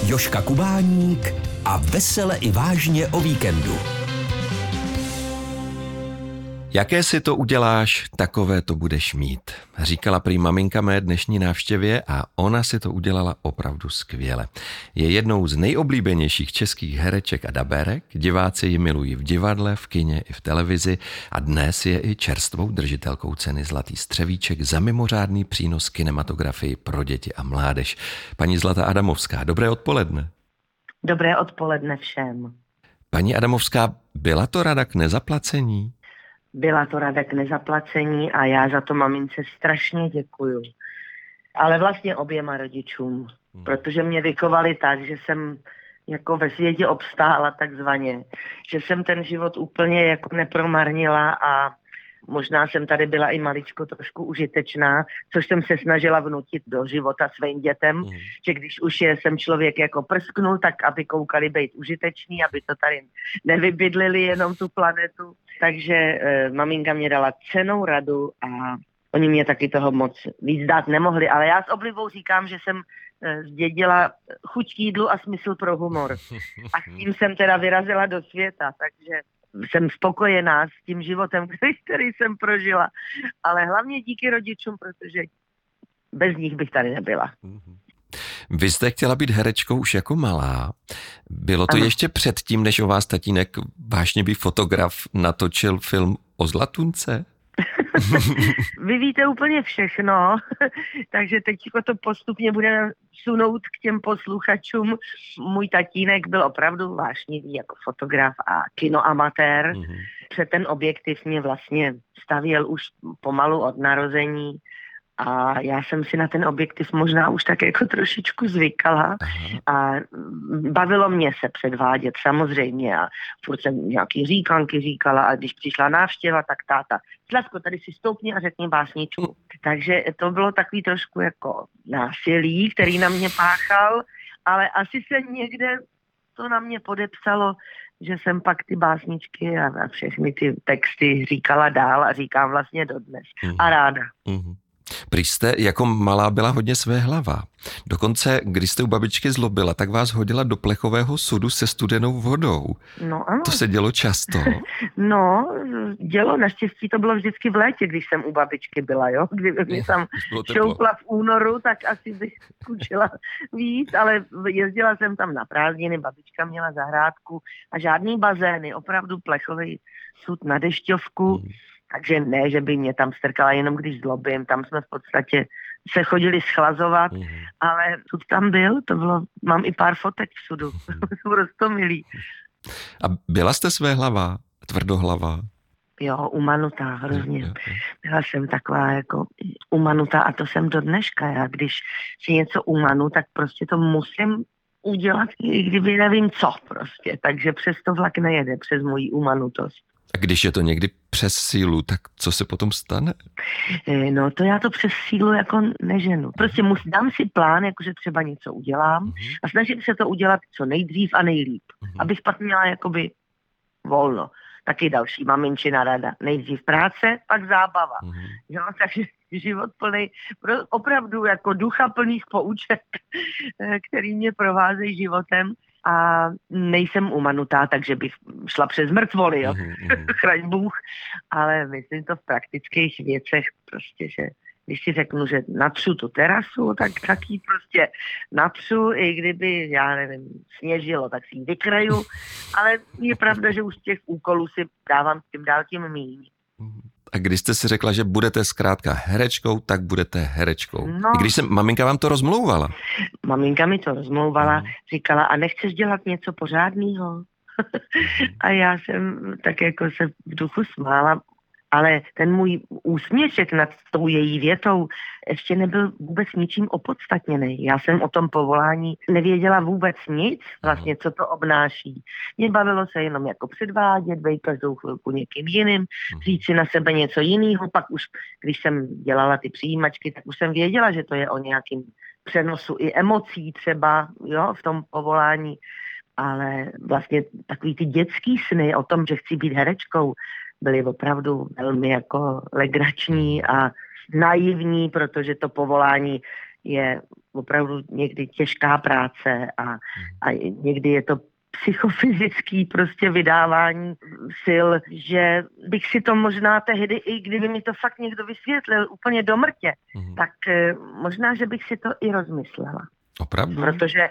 Jožka Kubáník a vesele i vážně o víkendu. Jaké si to uděláš, takové to budeš mít, říkala prý maminka mé dnešní návštěvě a ona si to udělala opravdu skvěle. Je jednou z nejoblíbenějších českých hereček a dabérek, diváci ji milují v divadle, v kině i v televizi a dnes je i čerstvou držitelkou ceny Zlatý střevíček za mimořádný přínos kinematografii pro děti a mládež. Paní Zlata Adamovská, dobré odpoledne. Dobré odpoledne všem. Paní Adamovská, byla to rada k nezaplacení? Byla to rada k nezaplacení a já za to mamince strašně děkuju. Ale vlastně oběma rodičům, protože mě vychovali tak, že jsem jako ve světě obstála takzvaně, že jsem ten život úplně jako nepromarnila a možná jsem tady byla i maličko trošku užitečná, což jsem se snažila vnutit do života svým dětem, že když už jsem člověk jako prsknul, tak aby koukali být užiteční, aby to tady nevybydlili jenom tu planetu. Takže maminka mě dala cennou radu a oni mě taky toho moc víc dát nemohli, ale já s oblibou říkám, že jsem zdědila chuť k jídlu a smysl pro humor. A s tím jsem teda vyrazila do světa, takže jsem spokojená s tím životem, který jsem prožila. Ale hlavně díky rodičům, protože bez nich bych tady nebyla. Vy jste chtěla být herečkou už jako malá. Bylo to ještě předtím, než o vás tatínek, vášnivý fotograf, natočil film o Zlatunce? Vy víte úplně všechno, takže teď to postupně bude sunout k těm posluchačům. Můj tatínek byl opravdu vášnivý jako fotograf a kinoamatér. Před ten objektiv mě vlastně stavěl už pomalu od narození a já jsem si na ten objektiv možná už tak jako trošičku zvykala a bavilo mě se předvádět samozřejmě a furt jsem nějaký říkanky říkala a když přišla návštěva, tak táta, Zlatko, tady si stoupni a řekni básničku. Takže to bylo takový trošku jako násilí, který na mě páchal, ale asi se někde to na mě podepsalo, že jsem pak ty básničky a všechny ty texty říkala dál a říkám vlastně dodnes. A ráda. Prý jste jako malá byla hodně svéhlavá. Dokonce, když jste u babičky zlobila, tak vás hodila do plechového sudu se studenou vodou. No ano. To se dělo často? No, dělo, naštěstí to bylo vždycky v létě, když jsem u babičky byla, jo. Kdyby mě tam šoupla v únoru, tak asi bych zkučila víc, ale jezdila jsem tam na prázdniny, babička měla zahrádku a žádný bazény, opravdu plechový sud na dešťovku. Takže ne, že by mě tam strkala jenom když zlobím, tam jsme v podstatě se chodili schlazovat, ale sud tam byl, to bylo, mám i pár fotek v sudu, jsou roztomilý. A byla jste svéhlavá, tvrdohlavá? Jo, umanutá hrozně. Byla jsem taková jako umanutá a to jsem do dneška. Já když si něco umanu, tak prostě to musím udělat, i kdyby nevím co prostě. Takže přes to vlak nejede, přes moji umanutost. A když je to někdy přes sílu, tak co se potom stane? No to já to přes sílu jako neženu. Prostě dám si plán, jakože třeba něco udělám a snažím se to udělat co nejdřív a nejlíp. Abych pak měla jakoby volno. Taky další maminčina rada. Nejdřív práce, pak zábava. Jo, takže život plný, opravdu jako ducha plných pouček, který mě provázejí životem. A nejsem umanutá, takže bych šla přes mrtvoly, jo. Chraň Bůh. Ale myslím to v praktických věcech prostě, že když si řeknu, že natřu tu terasu, tak ji prostě natřu, i kdyby, já nevím, sněžilo, tak si ji vykraju. Ale je pravda, že už těch úkolů si dávám tím dál tím míň. A když jste si řekla, že budete zkrátka herečkou, tak budete herečkou. No. I když maminka vám to rozmlouvala. Maminka mi to rozmlouvala, říkala, a nechceš dělat něco pořádného? A já jsem tak jako se v duchu smála, ale ten můj úsměšek nad tou její větou ještě nebyl vůbec ničím opodstatněný. Já jsem o tom povolání nevěděla vůbec nic, vlastně co to obnáší. Mě bavilo se jenom jako předvádět, být každou chvilku někým jiným, říct si na sebe něco jiného. Pak už, když jsem dělala ty přijímačky, tak už jsem věděla, že to je o nějakým přenosu i emocí třeba, jo, v tom povolání. Ale vlastně takový ty dětský sny o tom, že chci být herečkou, byly opravdu velmi jako legrační a naivní, protože to povolání je opravdu někdy těžká práce a někdy je to psychofyzický prostě vydávání sil, že bych si to možná tehdy, i kdyby mi to fakt někdo vysvětlil úplně do mrtě, tak možná, že bych si to i rozmyslela. Opravdu? Protože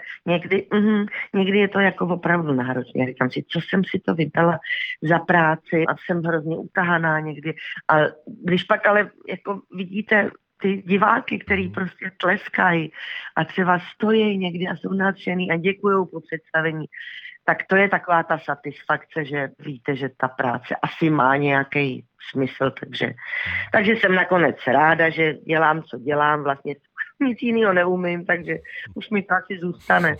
někdy je to jako opravdu náročné. Říkám si, co jsem si to vydala za práci a jsem hrozně utahaná někdy. A když pak ale jako vidíte ty diváky, který prostě tleskají a třeba stojí někdy a jsou nadšený a děkujou po představení, tak to je taková ta satisfakce, že víte, že ta práce asi má nějaký smysl, takže jsem nakonec ráda, že dělám, co dělám, vlastně nic jiného neumím, takže už mi to asi zůstane.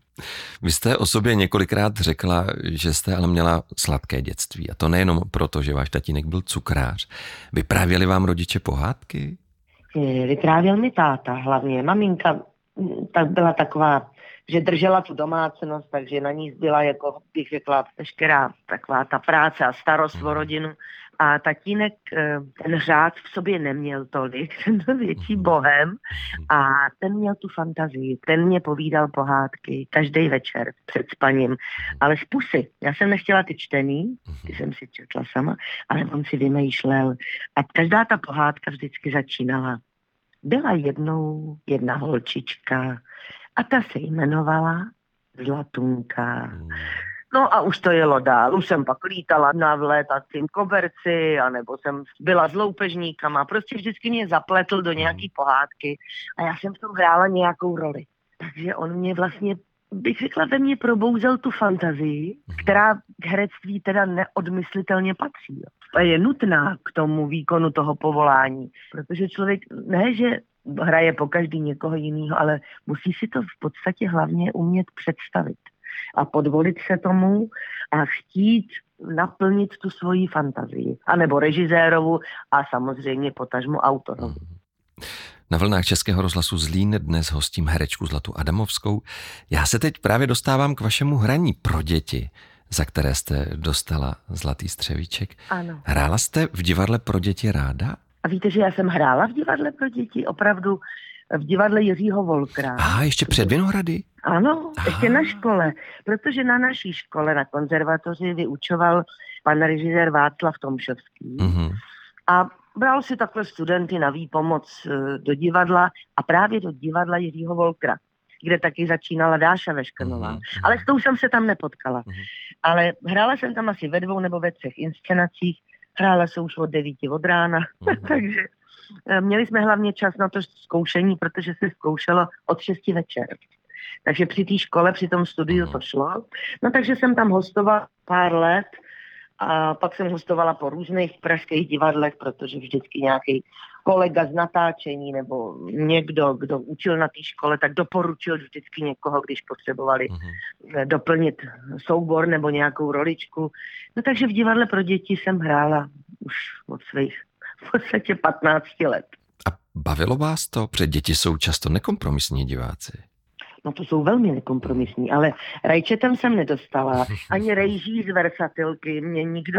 Vy jste o sobě několikrát řekla, že jste ale měla sladké dětství. A to nejenom proto, že váš tatínek byl cukrář. Vyprávěli vám rodiče pohádky? Vyprávěl mi táta hlavně. Maminka tak byla taková, že držela tu domácnost, takže na ní byla, jako bych řekla, veškerá taková ta práce a starost o rodinu. A tatínek ten řád v sobě neměl tolik, ten byl větší bohem a ten měl tu fantazii. Ten mě povídal pohádky každý večer před spaním, ale z pusy. Já jsem nechtěla ty čtený, ty jsem si četla sama, ale on si vymýšlel. A každá ta pohádka vždycky začínala. Byla jednou jedna holčička a ta se jmenovala Zlatunka. No a už to jelo dál. Už jsem pak lítala na vlétacím koberci, anebo jsem byla s loupežníkama. Prostě vždycky mě zapletl do nějaký pohádky a já jsem v tom hrála nějakou roli. Takže on mě vlastně, bych řekla, ve mně probouzel tu fantazii, která k herectví teda neodmyslitelně patří. A je nutná k tomu výkonu toho povolání, protože člověk ne, že hraje po každý někoho jiného, ale musí si to v podstatě hlavně umět představit a podvolit se tomu a chtít naplnit tu svoji fantazii. A nebo režisérovu a samozřejmě potažmo autorovu. Na vlnách Českého rozhlasu Zlín dnes hostím herečku Zlatu Adamovskou. Já se teď právě dostávám k vašemu hraní pro děti, za které jste dostala Zlatý střevíček. Ano. Hrála jste v divadle pro děti ráda? A víte, že já jsem hrála v divadle pro děti, opravdu v divadle Jiřího Volkra. Ještě před Vinohrady? Ano, ještě na škole, protože na naší škole, na konzervatoři vyučoval pan režisér Václav Tomšovský. A bral si takhle studenty na výpomoc do divadla a právě do divadla Jiřího Volkra, kde taky začínala Dáša Veškrnová. Ale s tou jsem se tam nepotkala. Ale hrála jsem tam asi ve 2 nebo ve 3 inscenacích. Hrála se už od 9 od rána, takže měli jsme hlavně čas na to zkoušení, protože se zkoušelo od 6 večer. Takže při té škole, při tom studiu to šlo. No takže jsem tam hostovala pár let a pak jsem hostovala po různých pražských divadlech, protože vždycky nějaký kolega z natáčení nebo někdo, kdo učil na té škole, tak doporučil vždycky někoho, když potřebovali doplnit soubor nebo nějakou roličku. No takže v divadle pro děti jsem hrála už od svých v podstatě 15 let. A bavilo vás to? Protože děti jsou často nekompromisní diváci. No to jsou velmi nekompromisní, ale rajčetem jsem nedostala. Ani rejží z versatilky mě nikdo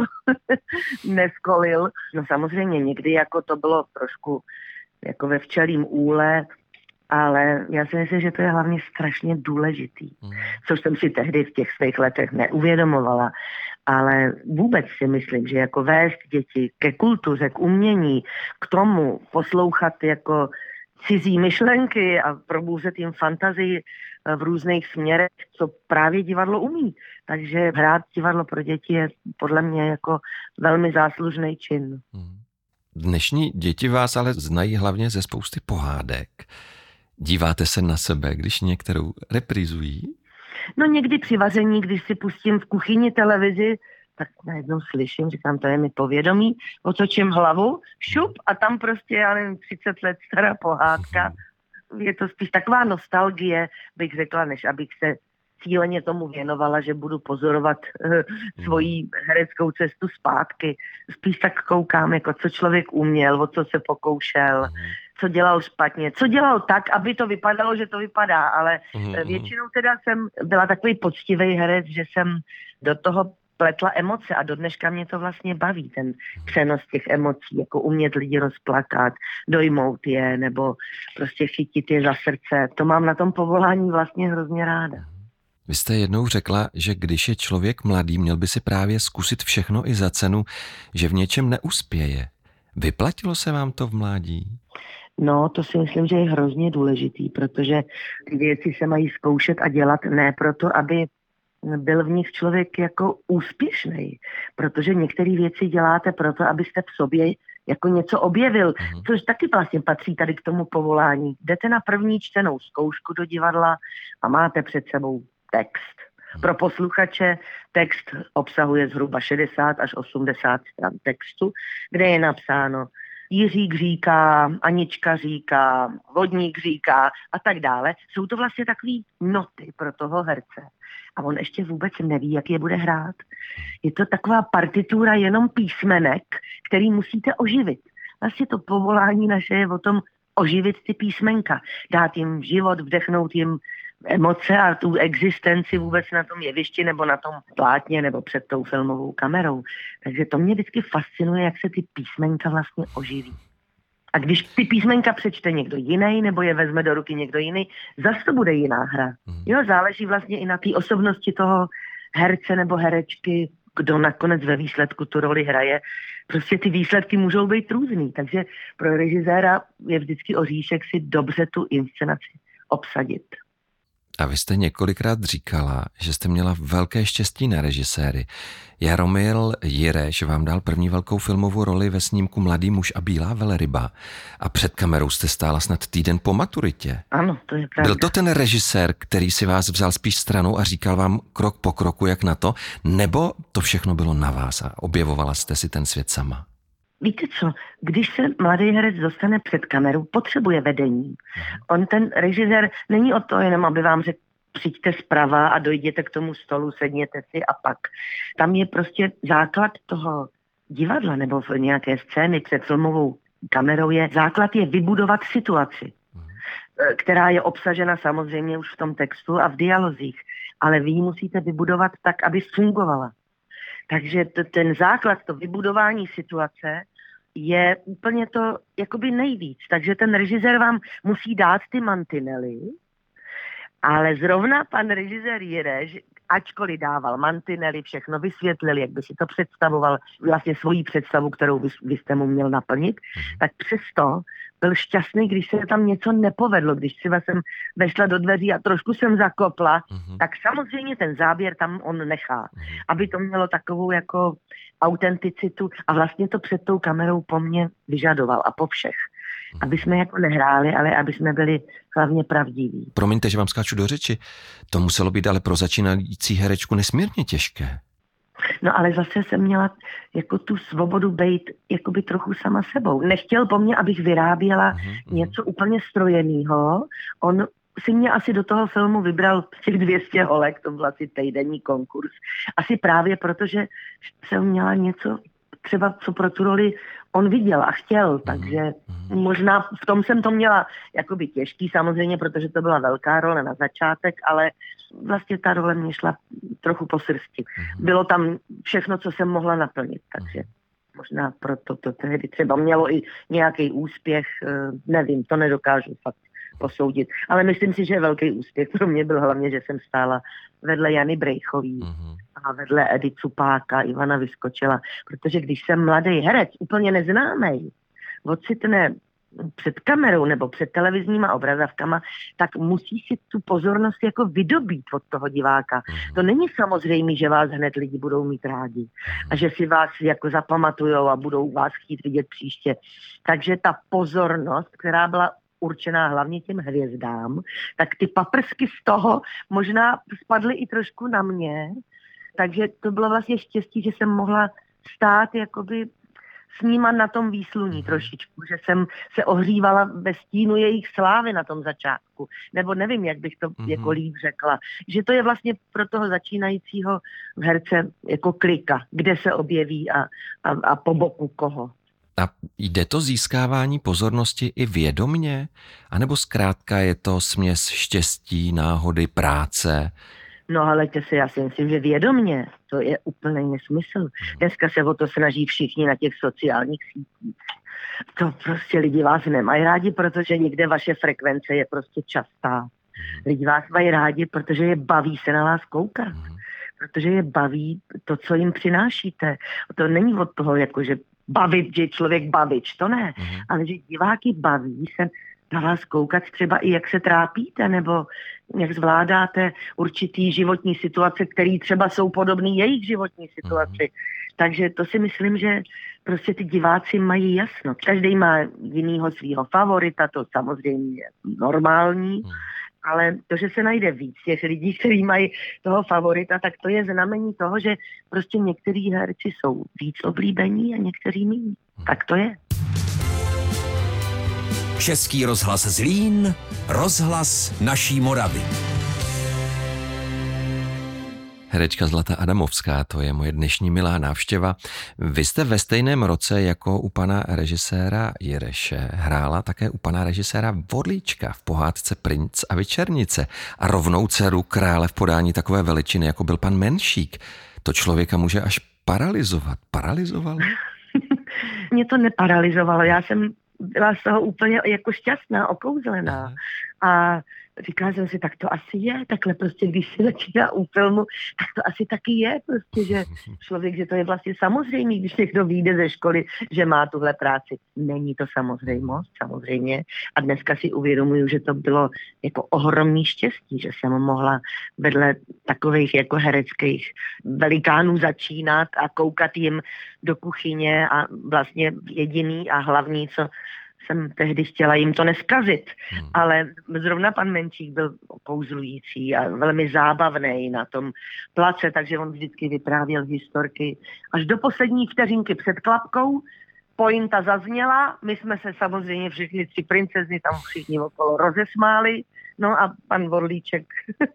neskolil. No samozřejmě někdy jako to bylo trošku jako ve včelím úle, ale já si myslím, že to je hlavně strašně důležitý. Což jsem si tehdy v těch svých letech neuvědomovala. Ale vůbec si myslím, že jako vést děti ke kultuře, k umění, k tomu poslouchat jako cizí myšlenky a probouzet jim fantazii v různých směrech, co právě divadlo umí. Takže hrát divadlo pro děti je podle mě jako velmi záslužný čin. Dnešní děti vás ale znají hlavně ze spousty pohádek. Díváte se na sebe, když některou reprizují? No někdy při vaření, když si pustím v kuchyni televizi, tak najednou slyším, říkám, to je mi povědomí, otočím hlavu, šup a tam prostě, já nevím, 30 let stará pohádka. Je to spíš taková nostalgie, bych řekla, než abych se cíleně tomu věnovala, že budu pozorovat svoji hereckou cestu zpátky. Spíš tak koukám, jako co člověk uměl, o co se pokoušel, co dělal špatně, co dělal tak, aby to vypadalo, že to vypadá, ale většinou teda jsem byla takový poctivý herec, že jsem do toho pletla emoce a do dneška mě to vlastně baví, ten přenos těch emocí, jako umět lidi rozplakat, dojmout je, nebo prostě chytit je za srdce. To mám na tom povolání vlastně hrozně ráda. Vy jste jednou řekla, že když je člověk mladý, měl by si právě zkusit všechno i za cenu, že v něčem neuspěje. Vyplatilo se vám to v mládí? No, to si myslím, že je hrozně důležitý, protože ty věci se mají zkoušet a dělat ne proto, aby byl v nich člověk jako úspěšný, protože některé věci děláte proto, abyste v sobě jako něco objevil, což taky vlastně patří tady k tomu povolání. Jdete na první čtenou zkoušku do divadla a máte před sebou text. Pro posluchače text obsahuje zhruba 60 až 80 stran textu, kde je napsáno Jiřík říká, Anička říká, Vodník říká a tak dále. Jsou to vlastně takový noty pro toho herce. A on ještě vůbec neví, jak je bude hrát. Je to taková partitura jenom písmenek, který musíte oživit. Vlastně to povolání naše je o tom oživit ty písmenka. Dát jim život, vdechnout jim emoce a tu existenci vůbec na tom jevišti nebo na tom plátně nebo před tou filmovou kamerou. Takže to mě vždycky fascinuje, jak se ty písmenka vlastně oživí. A když ty písmenka přečte někdo jiný nebo je vezme do ruky někdo jiný, zase to bude jiná hra. Jo, záleží vlastně i na té osobnosti toho herce nebo herečky, kdo nakonec ve výsledku tu roli hraje. Prostě ty výsledky můžou být různý, takže pro režiséra je vždycky oříšek si dobře tu inscenaci obsadit. A vy jste několikrát říkala, že jste měla velké štěstí na režiséry. Jaromil Jireš vám dal první velkou filmovou roli ve snímku Mladý muž a bílá velryba. A před kamerou jste stála snad týden po maturitě. Ano, to je pravda. Byl to ten režisér, který si vás vzal spíš stranou a říkal vám krok po kroku, jak na to? Nebo to všechno bylo na vás a objevovala jste si ten svět sama? Víte co, když se mladý herec dostane před kameru, potřebuje vedení. On, ten režisér, není o to jenom, aby vám řekl, přijďte zprava a dojděte k tomu stolu, sedněte si a pak. Tam je prostě základ toho divadla nebo v nějaké scény před filmovou kamerou základ je vybudovat situaci, která je obsažena samozřejmě už v tom textu a v dialozích, ale vy ji musíte vybudovat tak, aby fungovala. Takže ten základ, to vybudování situace je úplně to jakoby nejvíc. Takže ten režisér vám musí dát ty mantinely, ale zrovna pan režisér Jireš, ačkoliv dával mantinely, všechno vysvětlil, jak by si to představoval, vlastně svoji představu, kterou vy jste mu měl naplnit, tak přesto byl šťastný, když se tam něco nepovedlo, když třeba jsem vešla do dveří a trošku jsem zakopla, tak samozřejmě ten záběr tam on nechá, aby to mělo takovou jako autenticitu a vlastně to před tou kamerou po mně vyžadoval a po všech. Aby jsme jako nehráli, ale aby jsme byli hlavně pravdiví. Promiňte, že vám skáču do řeči. To muselo být ale pro začínající herečku nesmírně těžké. No ale zase jsem měla jako tu svobodu být jakoby trochu sama sebou. Nechtěl po mně, abych vyráběla něco úplně strojenýho. On si mě asi do toho filmu vybral těch 200 holek, to byl asi týdenní konkurs. Asi právě protože jsem měla něco třeba, co pro tu roli on viděl a chtěl, takže možná v tom jsem to měla jakoby těžký samozřejmě, protože to byla velká role na začátek, ale vlastně ta role mě šla trochu po srsti. Bylo tam všechno, co jsem mohla naplnit, takže možná proto to tehdy třeba mělo i nějaký úspěch, nevím, to nedokážu fakt posoudit, ale myslím si, že velký úspěch pro mě byl hlavně, že jsem stála vedle Jany Brejchový a vedle Edy Cupáka, Ivana Vyskočila, protože když jsem mladý herec, úplně neznámý, ocitne před kamerou nebo před televizníma obrazovkama, tak musí si tu pozornost jako vydobít od toho diváka. To není samozřejmé, že vás hned lidi budou mít rádi a že si vás jako zapamatujou a budou vás chtít vidět příště. Takže ta pozornost, která byla určená hlavně těm hvězdám, tak ty paprsky z toho možná spadly i trošku na mě, takže to bylo vlastně štěstí, že jsem mohla stát jakoby s nima na tom výsluní trošičku, že jsem se ohřívala ve stínu jejich slávy na tom začátku, nebo nevím, jak bych to jako líp řekla, že to je vlastně pro toho začínajícího herce jako klika, kde se objeví a po boku koho. A jde to získávání pozornosti i vědomně? A nebo zkrátka je to směs štěstí, náhody, práce? No ale já si myslím, že vědomě, to je úplný nesmysl. Dneska se o to snaží všichni na těch sociálních sítích. To prostě lidi vás nemají rádi, protože někde vaše frekvence je prostě častá. Lidi vás mají rádi, protože je baví se na vás koukat. Protože je baví to, co jim přinášíte. To není od toho, jako že bavit, že člověk bavič, to ne. Ale že diváky baví se na vás koukat třeba i jak se trápíte, nebo jak zvládáte určitý životní situace, které třeba jsou podobné jejich životní situaci. Takže to si myslím, že prostě ty diváci mají jasno. Každý má jinýho svýho favorita, to samozřejmě je normální, ale to, že se najde víc těch lidí, kteří mají toho favorita, tak to je znamení toho, že prostě některý herci jsou víc oblíbení a některý méně. Tak to je. Český rozhlas Zlín, rozhlas naší Moravy. Herečka Zlata Adamovská, to je moje dnešní milá návštěva. Vy jste ve stejném roce jako u pana režiséra Jireše hrála také u pana režiséra Vorlíčka v pohádce Princ a Vyčernice a rovnou dceru krále v podání takové veličiny, jako byl pan Menšík. To člověka může až paralyzovat. Paralizovalo? Mě to neparalizovalo, já jsem byla z toho úplně jako šťastná, okouzlená. A říkala jsem si, tak to asi je, takhle prostě, když se začíná u filmu, tak to asi taky je prostě, že člověk, že to je vlastně samozřejmé, když někdo vyjde ze školy, že má tuhle práci. Není to samozřejmost, samozřejmě. A dneska si uvědomuju, že to bylo jako ohromný štěstí, že jsem mohla vedle takových jako hereckých velikánů začínat a koukat jim do kuchyně a vlastně jediný a hlavní, co jsem tehdy chtěla jim to neskazit, ale zrovna pan Menšík byl kouzlující a velmi zábavný na tom place, takže on vždycky vyprávěl historky až do poslední vteřinky před klapkou. Pointa zazněla, my jsme se samozřejmě všichni 3 princezny tam všichni okolo rozesmáli, no a pan Vorlíček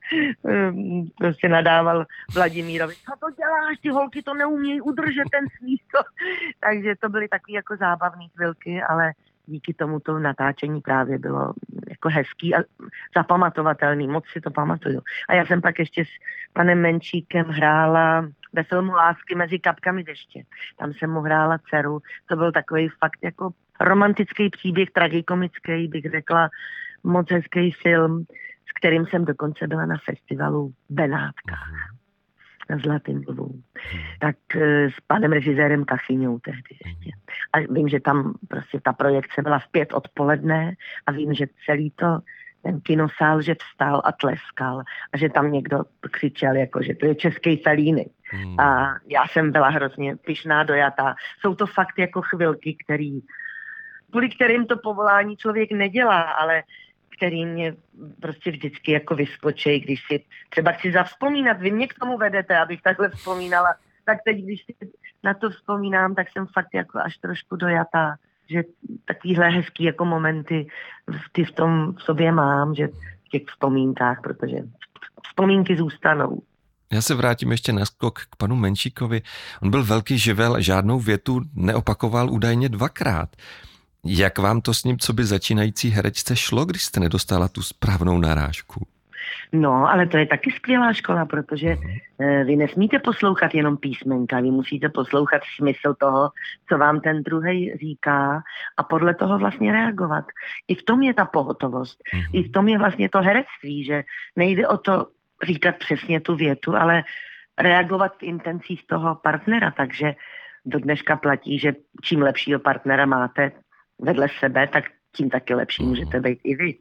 prostě nadával Vladimírovi, co to děláš, ty holky to neumějí udržet ten smích. Takže to byly takové jako zábavné chvilky, ale díky tomuto natáčení právě bylo jako hezký a zapamatovatelný, moc si to pamatuju. A já jsem pak ještě s panem Menšíkem hrála ve filmu Lásky mezi kapkami deště. Tam jsem mu hrála dceru, to byl takový fakt jako romantický příběh, tragikomický, bych řekla, moc hezký film, s kterým jsem dokonce byla na festivalu v Benátkách. Na Zlatým lvu. Tak s panem režisérem Kachyňou tehdy ještě. A vím, že tam prostě ta projekce byla v 5 odpoledne a vím, že celý ten kinosál, že vstal a tleskal a že tam někdo křičel, jako, že to je český Fellini. A já jsem byla hrozně pyšná, dojatá. Jsou to fakt jako chvilky, kvůli kterým to povolání člověk nedělá, ale který mě prostě vždycky jako vyskočí, když si třeba chci zavzpomínat. Vy mě k tomu vedete, abych takhle vzpomínala. Tak teď, když si na to vzpomínám, tak jsem fakt jako až trošku dojatá, že takovýhle hezký jako momenty v tom v sobě mám, že v těch vzpomínkách, protože vzpomínky zůstanou. Já se vrátím ještě na skok k panu Menšíkovi. On byl velký živel, žádnou větu neopakoval údajně 2krát. Jak vám to s ním, co by začínající herečce šlo, když jste nedostala tu správnou narážku? No, ale to je taky skvělá škola, protože vy nesmíte poslouchat jenom písmenka, vy musíte poslouchat smysl toho, co vám ten druhej říká a podle toho vlastně reagovat. I v tom je ta pohotovost. I v tom je vlastně to herectví, že nejde o to říkat přesně tu větu, ale reagovat v intencích toho partnera. Takže do dneška platí, že čím lepšího partnera máte vedle sebe, tak tím taky lepší můžete být i vy.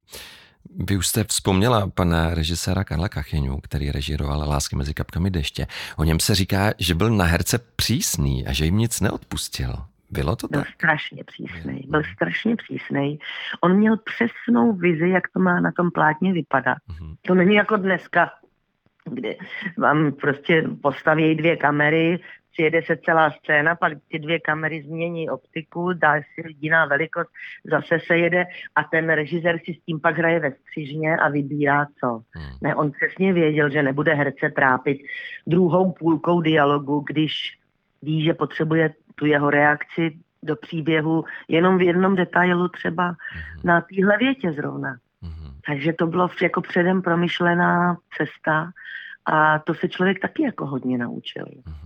Vy už jste vzpomněla pana režiséra Karla Kachyňu, který režíroval Lásky mezi kapkami deště. O něm se říká, že byl na herce přísný a že jim nic neodpustil. Bylo to tak? Byl strašně přísnej. On měl přesnou vizi, jak to má na tom plátně vypadat. To není jako dneska, kdy vám prostě postaví 2 kamery, přijede se celá scéna, pak ty 2 kamery změní optiku, dá si jiná velikost, zase se jede a ten režisér si s tím pak hraje ve střižně a vybírá co. Ne, on přesně věděl, že nebude herce trápit druhou půlkou dialogu, když ví, že potřebuje tu jeho reakci do příběhu jenom v jednom detailu, třeba na téhle větě zrovna. Takže to bylo jako předem promyšlená cesta a to se člověk taky jako hodně naučil.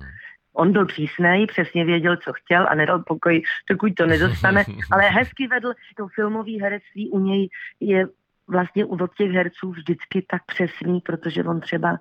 On byl přísnej, přesně věděl, co chtěl a nedal pokoj, dokud to nedostane, ale hezky vedl to filmové herectví, u něj je vlastně od těch herců vždycky tak přesný, protože on třeba,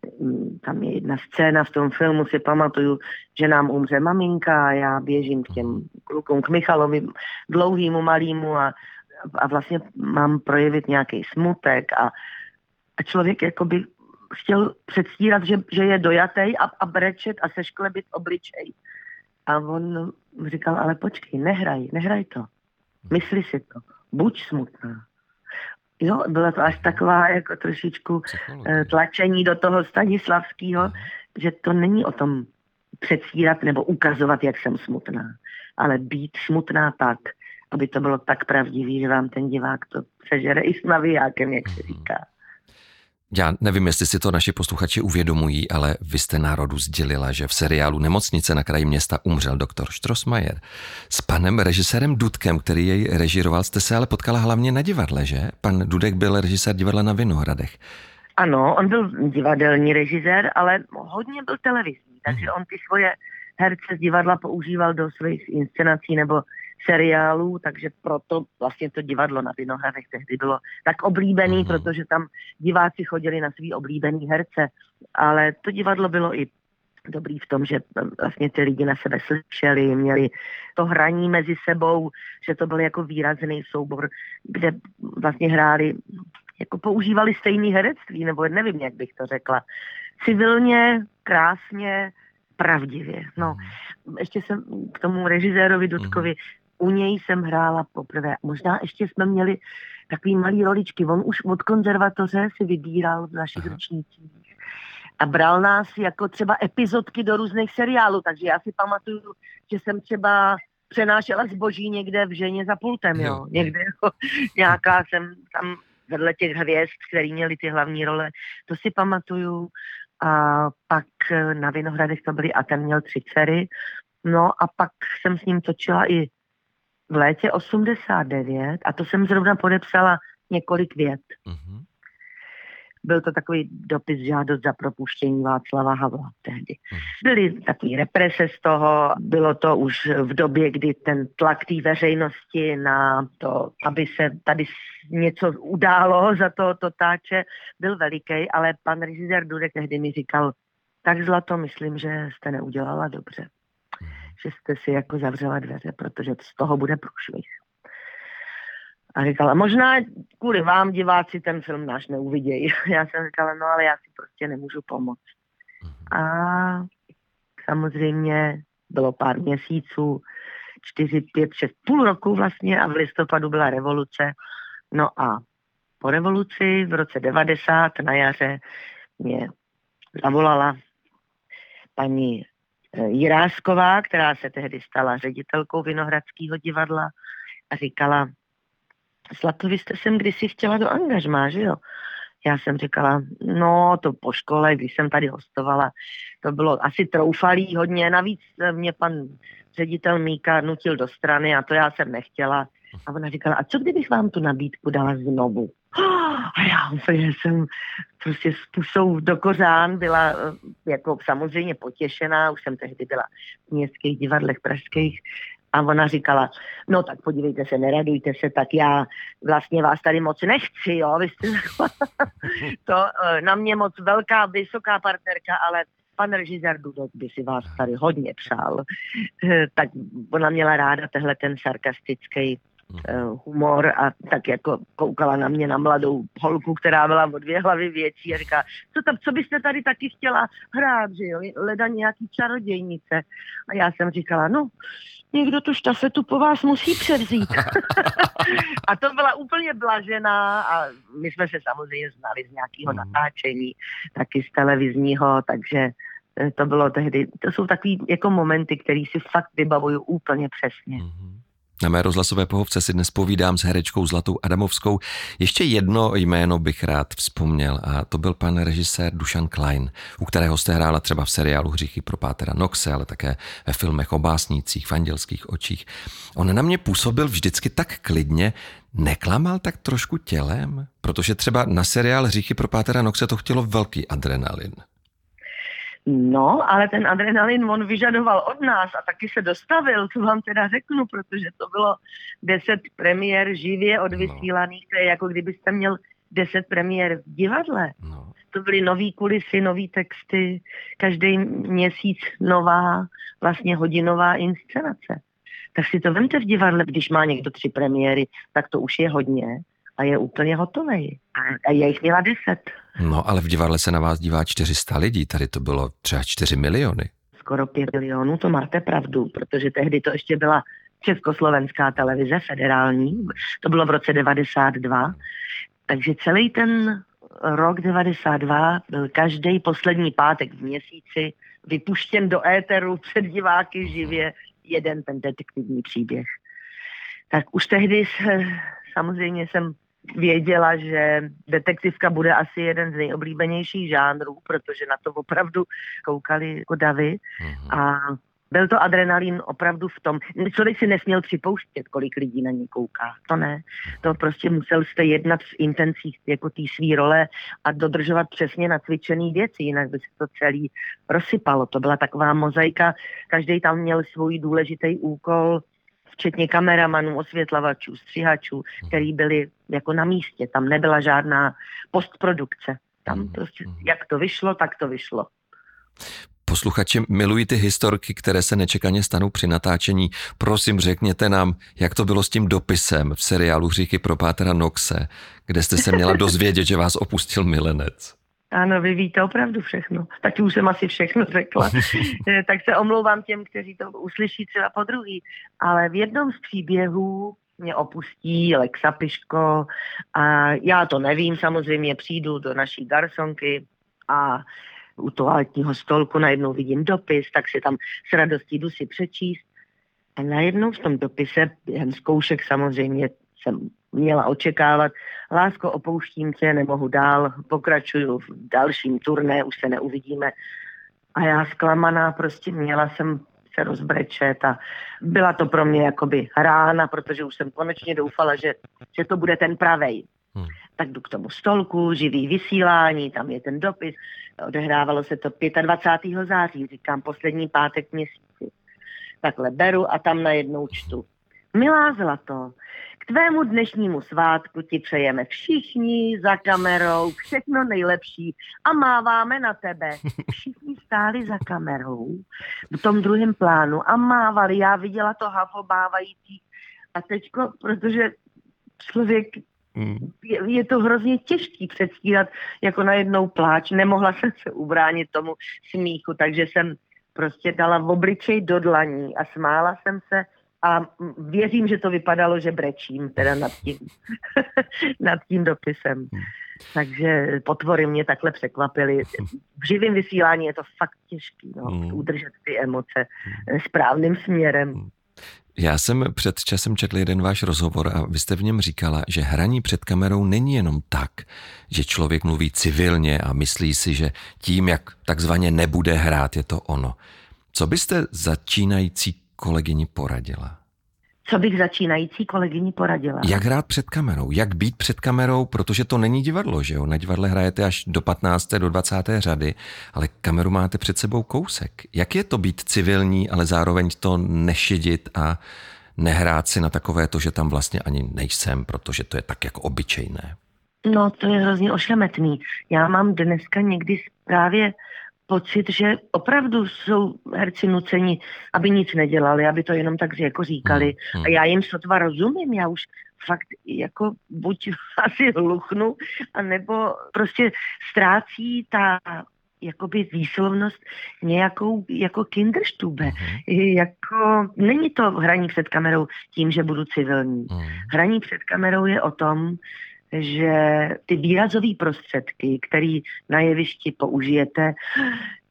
tam je jedna scéna v tom filmu, si pamatuju, že nám umře maminka a já běžím k těm klukům, k Michalovi, dlouhýmu, malýmu a vlastně mám projevit nějaký smutek a člověk jakoby chtěl předstírat, že je dojatej a brečet a sešklebit obličej. A on říkal, ale počkej, nehraj to. Mysli si to. Buď smutná. Jo, byla to až taková jako trošičku tlačení do toho Stanislavského, že to není o tom předstírat nebo ukazovat, jak jsem smutná, ale být smutná tak, aby to bylo tak pravdivý, že vám ten divák to přežere i s navijákem, jak se říká. Já nevím, jestli si to naši posluchači uvědomují, ale vy jste národu sdělila, že v seriálu Nemocnice na kraji města umřel doktor Strossmayer. S panem režisérem Dudkem, který jej režíroval, jste se ale potkala hlavně na divadle, že? Pan Dudek byl režisér divadla na Vinohradech. Ano, on byl divadelní režisér, ale hodně byl televizní, takže on ty svoje herce z divadla používal do svých inscenací nebo seriálů, takže proto vlastně to divadlo na Vinohradech tehdy bylo tak oblíbený, protože tam diváci chodili na svý oblíbený herce, ale to divadlo bylo i dobrý v tom, že vlastně ty lidi na sebe slyšeli, měli to hraní mezi sebou, že to byl jako výrazný soubor, kde vlastně hráli, jako používali stejný herectví, nebo nevím, jak bych to řekla. Civilně, krásně, pravdivě. No, ještě jsem k tomu režisérovi Dudkovi, u něj jsem hrála poprvé. Možná ještě jsme měli takový malý roličky. On už od konzervatoře si vybíral v našich ročnících a bral nás jako třeba epizodky do různých seriálů, takže já si pamatuju, že jsem třeba přenášela zboží někde v Ženě za pultem, jo. Někde jako nějaká jsem tam vedle těch hvězd, který měli ty hlavní role, to si pamatuju. A pak na Vinohradech to byly a ten měl 3 dcery. No a pak jsem s ním točila i v létě 89 a to jsem zrovna podepsala několik vět. Byl to takový dopis žádost za propuštění Václava Havla tehdy. Byly takový represe z toho, bylo to už v době, kdy ten tlak té veřejnosti na to, aby se tady něco událo za to totáče, byl veliký, ale pan režisér Dudek tehdy mi říkal, tak Zlato, myslím, že jste neudělala dobře. Že jste si jako zavřela dveře, protože z toho bude průšvih. A říkala, možná kvůli vám diváci ten film náš neuvidějí. Já jsem říkala, no ale já si prostě nemůžu pomoct. A samozřejmě bylo pár měsíců, 4, 5, 6, půl roku vlastně a v listopadu byla revoluce. No a po revoluci v roce 90 na jaře mě zavolala paní Jirásková, která se tehdy stala ředitelkou Vinohradského divadla a říkala, Zlato, vy jste sem kdysi chtěla do angažmá, že jo? Já jsem říkala, no to po škole, když jsem tady hostovala, to bylo asi troufalý hodně, navíc mě pan ředitel Míka nutil do strany a to já jsem nechtěla. A ona říkala, a co kdybych vám tu nabídku dala znovu? A já úplně jsem prostě s pusou do kořán byla jako samozřejmě potěšená, už jsem tehdy byla v městských divadlech pražských a ona říkala, no tak podívejte se, neradujte se, tak já vlastně vás tady moc nechci, jo, vy jste to na mě moc velká, vysoká partnerka, ale pan režisér Dudek by si vás tady hodně přál. Tak ona měla ráda tehle ten sarkastický humor a tak jako koukala na mě, na mladou holku, která byla o 2 hlavy větší a říká, co byste tady taky chtěla hrát, že jo, leda nějaký čarodějnice. A já jsem říkala, no, někdo tu štafetu po vás musí převzít. A to byla úplně blažená a my jsme se samozřejmě znali z nějakého natáčení, taky z televizního, takže to bylo tehdy, to jsou takový jako momenty, které si fakt vybavuju úplně přesně. Na mé rozhlasové pohovce si dnes povídám s herečkou Zlatou Adamovskou. Ještě jedno jméno bych rád vzpomněl a to byl pan režisér Dušan Klein, u kterého jste hrála třeba v seriálu Hříchy pro pátera Knoxe, ale také ve filmech o básnících, v Andělských očích. On na mě působil vždycky tak klidně, neklamal tak trošku tělem? Protože třeba na seriál Hříchy pro pátera Knoxe to chtělo velký adrenalin. No, ale ten adrenalin on vyžadoval od nás a taky se dostavil, co vám teda řeknu, protože to bylo 10 premiér živě odvysílaných, to je jako kdybyste měl 10 premiér v divadle. No. To byly nový kulisy, nový texty, každý měsíc nová, vlastně hodinová inscenace. Tak si to vemte v divadle, když má někdo 3 premiéry, tak to už je hodně a je úplně hotovej. A já jich měla 10. No, ale v divadle se na vás dívá 400 lidí, tady to bylo třeba 4 miliony. Skoro 5 milionů, to máte pravdu, protože tehdy to ještě byla Československá televize federální, to bylo v roce 92, takže celý ten rok 92 byl každý poslední pátek v měsíci vypuštěn do éteru před diváky živě jeden ten detektivní příběh. Tak už tehdy samozřejmě jsem věděla, že detektivka bude asi jeden z nejoblíbenějších žánrů, protože na to opravdu koukali jako davy. A byl to adrenalin opravdu v tom. Člověk si nesměl připouštět, kolik lidí na ní kouká. To ne. To prostě musel jste jednat v intencích jako té svý role a dodržovat přesně nacvičený věci, jinak by se to celý rozsypalo. To byla taková mozaika. Každý tam měl svůj důležitý úkol, včetně kameramanů, osvětlovačů, střihačů, který byli jako na místě. Tam nebyla žádná postprodukce. Tam prostě, jak to vyšlo, tak to vyšlo. Posluchači milují ty historky, které se nečekaně stanou při natáčení. Prosím, řekněte nám, jak to bylo s tím dopisem v seriálu Hříchy pro pátera Knoxe, kde jste se měla dozvědět, že vás opustil milenec. Ano, vy víte opravdu všechno. Taky už jsem asi všechno řekla. Tak se omlouvám těm, kteří to uslyší třeba po druhý. Ale v jednom z příběhů mě opustí Lexa Piško a já to nevím, samozřejmě přijdu do naší garsonky a u toaletního stolku najednou vidím dopis, tak si tam s radostí jdu si přečíst. A najednou v tom dopise, během zkoušek samozřejmě jsem měla očekávat, lásko, opouštím tě, nemohu dál, pokračuju v dalším turné, už se neuvidíme. A já zklamaná prostě měla jsem se rozbrečet a byla to pro mě jakoby rána, protože už jsem konečně doufala, že to bude ten pravej. Tak jdu k tomu stolku, živý vysílání, tam je ten dopis. Odehrávalo se to 25. září, říkám, poslední pátek měsíci. Takhle beru a tam najednou čtu. Milá Zlato, k tvému dnešnímu svátku ti přejeme všichni za kamerou všechno nejlepší a máváme na tebe. Všichni stáli za kamerou v tom druhém plánu a mávali. Já viděla to hafobávající a teďko, protože člověk je to hrozně těžký předstírat jako najednou pláč. Nemohla jsem se ubránit tomu smíchu, takže jsem prostě dala v obličej do dlaní a smála jsem se a věřím, že to vypadalo, že brečím teda nad tím dopisem. Takže potvory mě takhle překvapily. V živém vysílání je to fakt těžký, udržet ty emoce správným směrem. Já jsem před časem četl jeden váš rozhovor a vy jste v něm říkala, že hraní před kamerou není jenom tak, že člověk mluví civilně a myslí si, že tím, jak takzvaně nebude hrát, je to ono. Co byste začínající kolegyni poradila? Co bych začínající kolegyni poradila? Jak hrát před kamerou? Jak být před kamerou? Protože to není divadlo, že jo? Na divadle hrajete až do 15. do 20. řady, ale kameru máte před sebou kousek. Jak je to být civilní, ale zároveň to nešidit a nehrát si na takové to, že tam vlastně ani nejsem, protože to je tak jako obyčejné? No, to je hrozně ošemetný. Já mám dneska někdy právě pocit, že opravdu jsou herci nuceni, aby nic nedělali, aby to jenom tak jako říkali. A já jim sotva rozumím, já už fakt jako buď asi hluchnu, anebo prostě ztrácí ta jakoby výslovnost nějakou jako Kinderstube. Jako, není to hraní před kamerou tím, že budu civilní. Hraní před kamerou je o tom, že ty výrazové prostředky, které na jevišti použijete,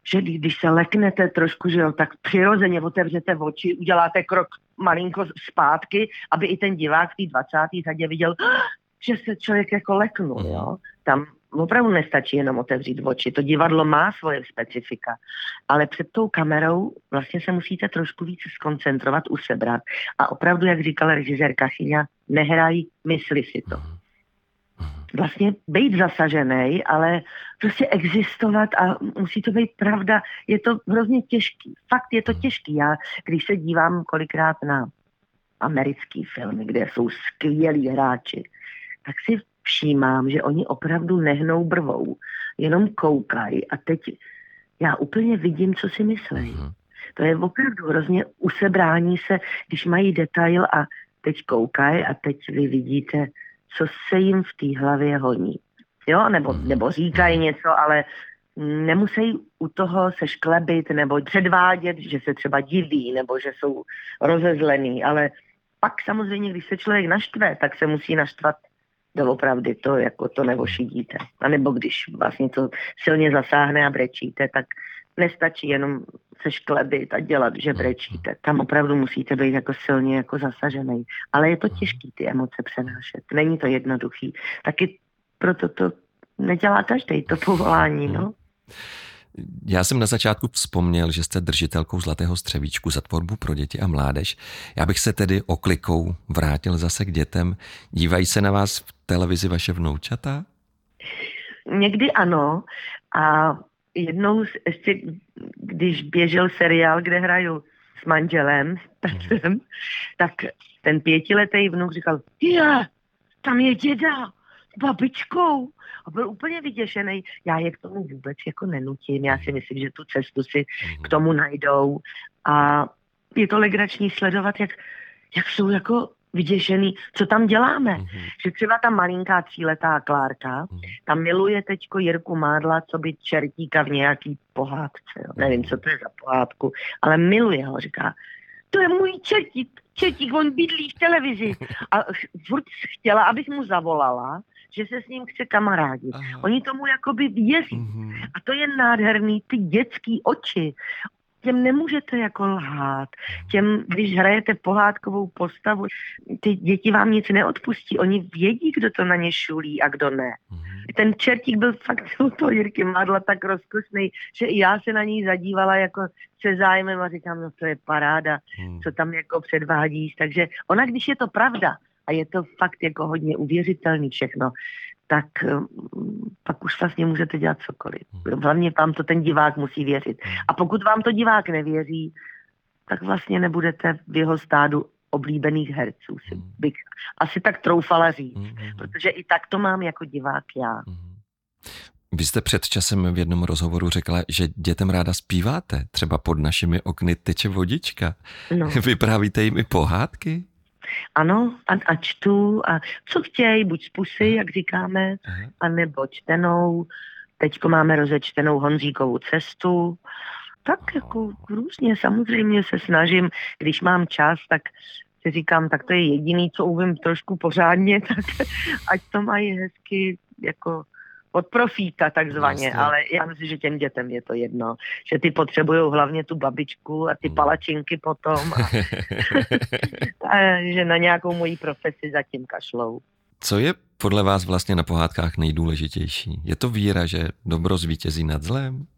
že když se leknete trošku, že jo, tak přirozeně otevřete oči, uděláte krok malinko zpátky, aby i ten divák v té 20. řadě viděl, že se člověk jako leknul, jo. Tam opravdu nestačí jenom otevřít oči. To divadlo má svoje specifika, ale před tou kamerou vlastně se musíte trošku víc skoncentrovat, usebrat. A opravdu, jak říkala režisérka Chyňa, nehraj, mysli si to. Vlastně být zasažený, ale prostě existovat a musí to být pravda. Je to hrozně těžký. Fakt je to těžký. Já, když se dívám kolikrát na americký filmy, kde jsou skvělí hráči, tak si všímám, že oni opravdu nehnou brvou, jenom koukají a teď já úplně vidím, co si myslejí. To je opravdu hrozně usebrání se, když mají detail a teď koukají a teď vy vidíte, co se jim v té hlavě honí. Jo, nebo říkají něco, ale nemusí u toho se šklebit nebo předvádět, že se třeba diví nebo že jsou rozezlený, ale pak samozřejmě, když se člověk naštve, tak se musí naštvat doopravdy to, jako to neošidíte. A nebo když vlastně to silně zasáhne a brečíte, tak nestačí jenom se šklebit a dělat, že brečíte. Tam opravdu musíte být jako silně jako zasažený. Ale je to těžký ty emoce přenášet. Není to jednoduchý. Taky proto to nedělá každý to povolání, no. Já jsem na začátku vzpomněl, že jste držitelkou Zlatého střevíčku za tvorbu pro děti a mládež. Já bych se tedy oklikou vrátil zase k dětem. Dívají se na vás v televizi vaše vnoučata? Někdy ano. A jednou ještě, když běžel seriál, kde hraju s manželem, tak ten 5letý vnuk říkal, tam je děda s babičkou. A byl úplně vyděšený. Já je k tomu vůbec jako nenutím. Já si myslím, že tu cestu si k tomu najdou. A je to legrační sledovat, jak jsou jako vyděšený, co tam děláme. Že třeba ta malinká 3letá Klárka, tam miluje teďko Jirku Mádla, co by čertíka v nějaký pohádce. Jo. Nevím, co to je za pohádku, ale miluje ho. Říká, to je můj čertík, on bydlí v televizi. A furt chtěla, abych mu zavolala, že se s ním chce kamarádit. Oni tomu jakoby věří. A to je nádherný, ty dětský oči. Těm nemůžete jako lhát. Těm, když hrajete pohádkovou postavu, ty děti vám nic neodpustí. Oni vědí, kdo to na ně šulí a kdo ne. Ten čertík byl fakt u toho Jirky Mádla tak rozkošný, že i já se na něj zadívala jako se zájmem a říkám, no to je paráda, co tam jako předvádíš. Takže ona, když je to pravda, a je to fakt jako hodně uvěřitelný všechno, tak pak už vlastně můžete dělat cokoliv. Hlavně vám to ten divák musí věřit. A pokud vám to divák nevěří, tak vlastně nebudete v jeho stádu oblíbených herců. Bych asi tak troufala říct. Protože i tak to mám jako divák já. Vy jste před časem v jednom rozhovoru řekla, že dětem ráda zpíváte. Třeba pod našimi okny teče vodička. No. Vyprávíte jim i pohádky? Ano, a čtu, a co chtějí, buď z pusy, jak říkáme, anebo čtenou. Teďko máme rozečtenou Honzíkovu cestu. Tak jako různě, samozřejmě se snažím, když mám čas, tak si říkám, tak to je jediný, co umím trošku pořádně, tak ať to mají hezky jako od profíka takzvaně, ale já myslím, že těm dětem je to jedno, že ty potřebujou hlavně tu babičku a ty palačinky potom a že na nějakou moji profesi zatím kašlou. Co je podle vás vlastně na pohádkách nejdůležitější? Je to víra, že dobro zvítězí nad zlem?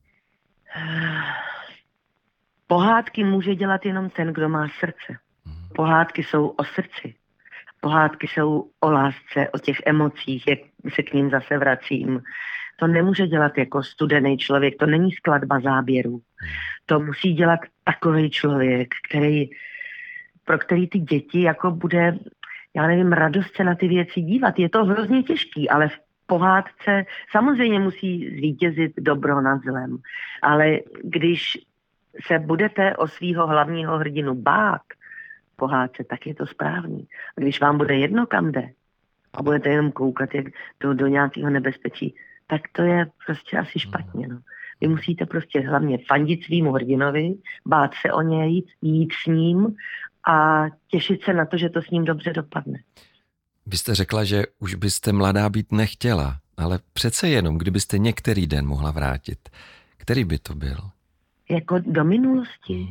Pohádky může dělat jenom ten, kdo má srdce. Pohádky jsou o srdci. Pohádky jsou o lásce, o těch emocích, jak se k ním zase vracím. To nemůže dělat jako studený člověk, to není skladba záběrů. To musí dělat takový člověk, pro který ty děti jako bude, já nevím, radost se na ty věci dívat. Je to hrozně těžký, ale v pohádce samozřejmě musí zvítězit dobro nad zlem. Ale když se budete o svého hlavního hrdinu bát, pohádce, tak je to správný. A když vám bude jedno, kam jde, a budete jenom koukat jak do nějakého nebezpečí, tak to je prostě asi špatně. No. Vy musíte prostě hlavně fandit svýmu hrdinovi, bát se o něj, jít s ním a těšit se na to, že to s ním dobře dopadne. Vy jste řekla, že už byste mladá být nechtěla, ale přece jenom, kdybyste některý den mohla vrátit, který by to byl? Jako do minulosti.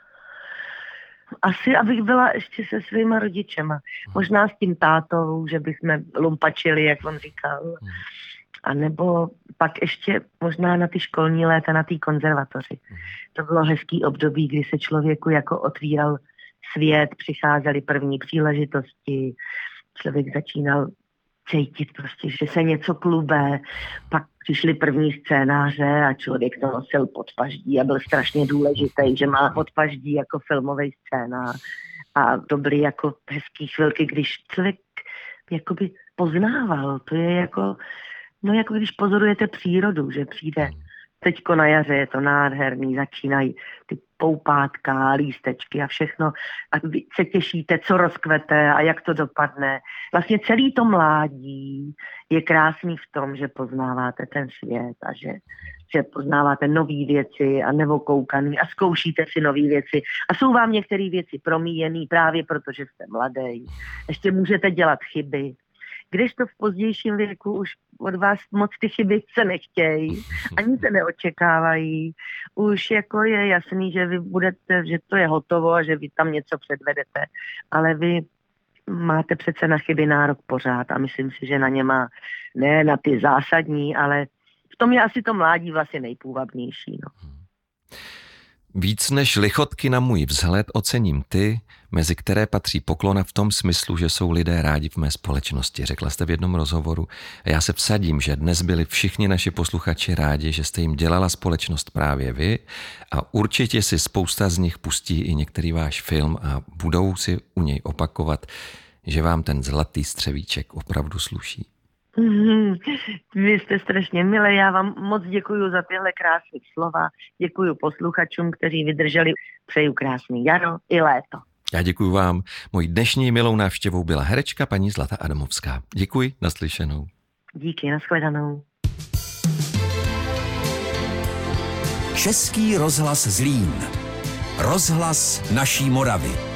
Asi, abych byla ještě se svýma rodičema. Možná s tím tátou, že bychom lumpačili, jak on říkal. A nebo pak ještě možná na ty školní léta, na té konzervatoři. To bylo hezký období, kdy se člověku jako otvíral svět, přicházely první příležitosti, člověk začínal cítit prostě, že se něco klube, pak přišly první scénáře a člověk to nosil pod paždí a byl strašně důležitý, že má pod paždí jako filmový scénář. A to byly jako hezký chvilky, když člověk jakoby poznával. To je jako, no jako když pozorujete přírodu, že přijde teďko na jaře, je to nádherný, začínají ty poupátka, lístečky a všechno a vy se těšíte, co rozkvete a jak to dopadne. Vlastně celý to mládí je krásný v tom, že poznáváte ten svět a že poznáváte nové věci a nevokoukaný a zkoušíte si nové věci a jsou vám některé věci promíjený právě proto, že jste mladý. Ještě můžete dělat chyby. Kdežto v pozdějším věku už od vás moc ty chyby se nechtějí, ani se neočekávají. Už jako je jasný, že vy budete, že to je hotovo a že vy tam něco předvedete, ale vy máte přece na chyby nárok pořád a myslím si, že na ně má, ne na ty zásadní, ale v tom je asi to mládí vlastně nejpůvabnější. No. Víc než lichotky na můj vzhled ocením ty, mezi které patří poklona v tom smyslu, že jsou lidé rádi v mé společnosti. Řekla jste v jednom rozhovoru. A já se vsadím, že dnes byli všichni naši posluchači rádi, že jste jim dělala společnost právě vy a určitě si spousta z nich pustí i některý váš film a budou si u něj opakovat, že vám ten zlatý střevíček opravdu sluší. Vy jste strašně milé, já vám moc děkuju za tyhle krásné slova, děkuju posluchačům, kteří vydrželi, přeju krásný jaro i léto. Já děkuju vám. Mojí dnešní milou návštěvou byla herečka paní Zlata Adamovská. Děkuji, naslyšenou. Díky, nashledanou. Český rozhlas Zlín. Rozhlas naší Moravy.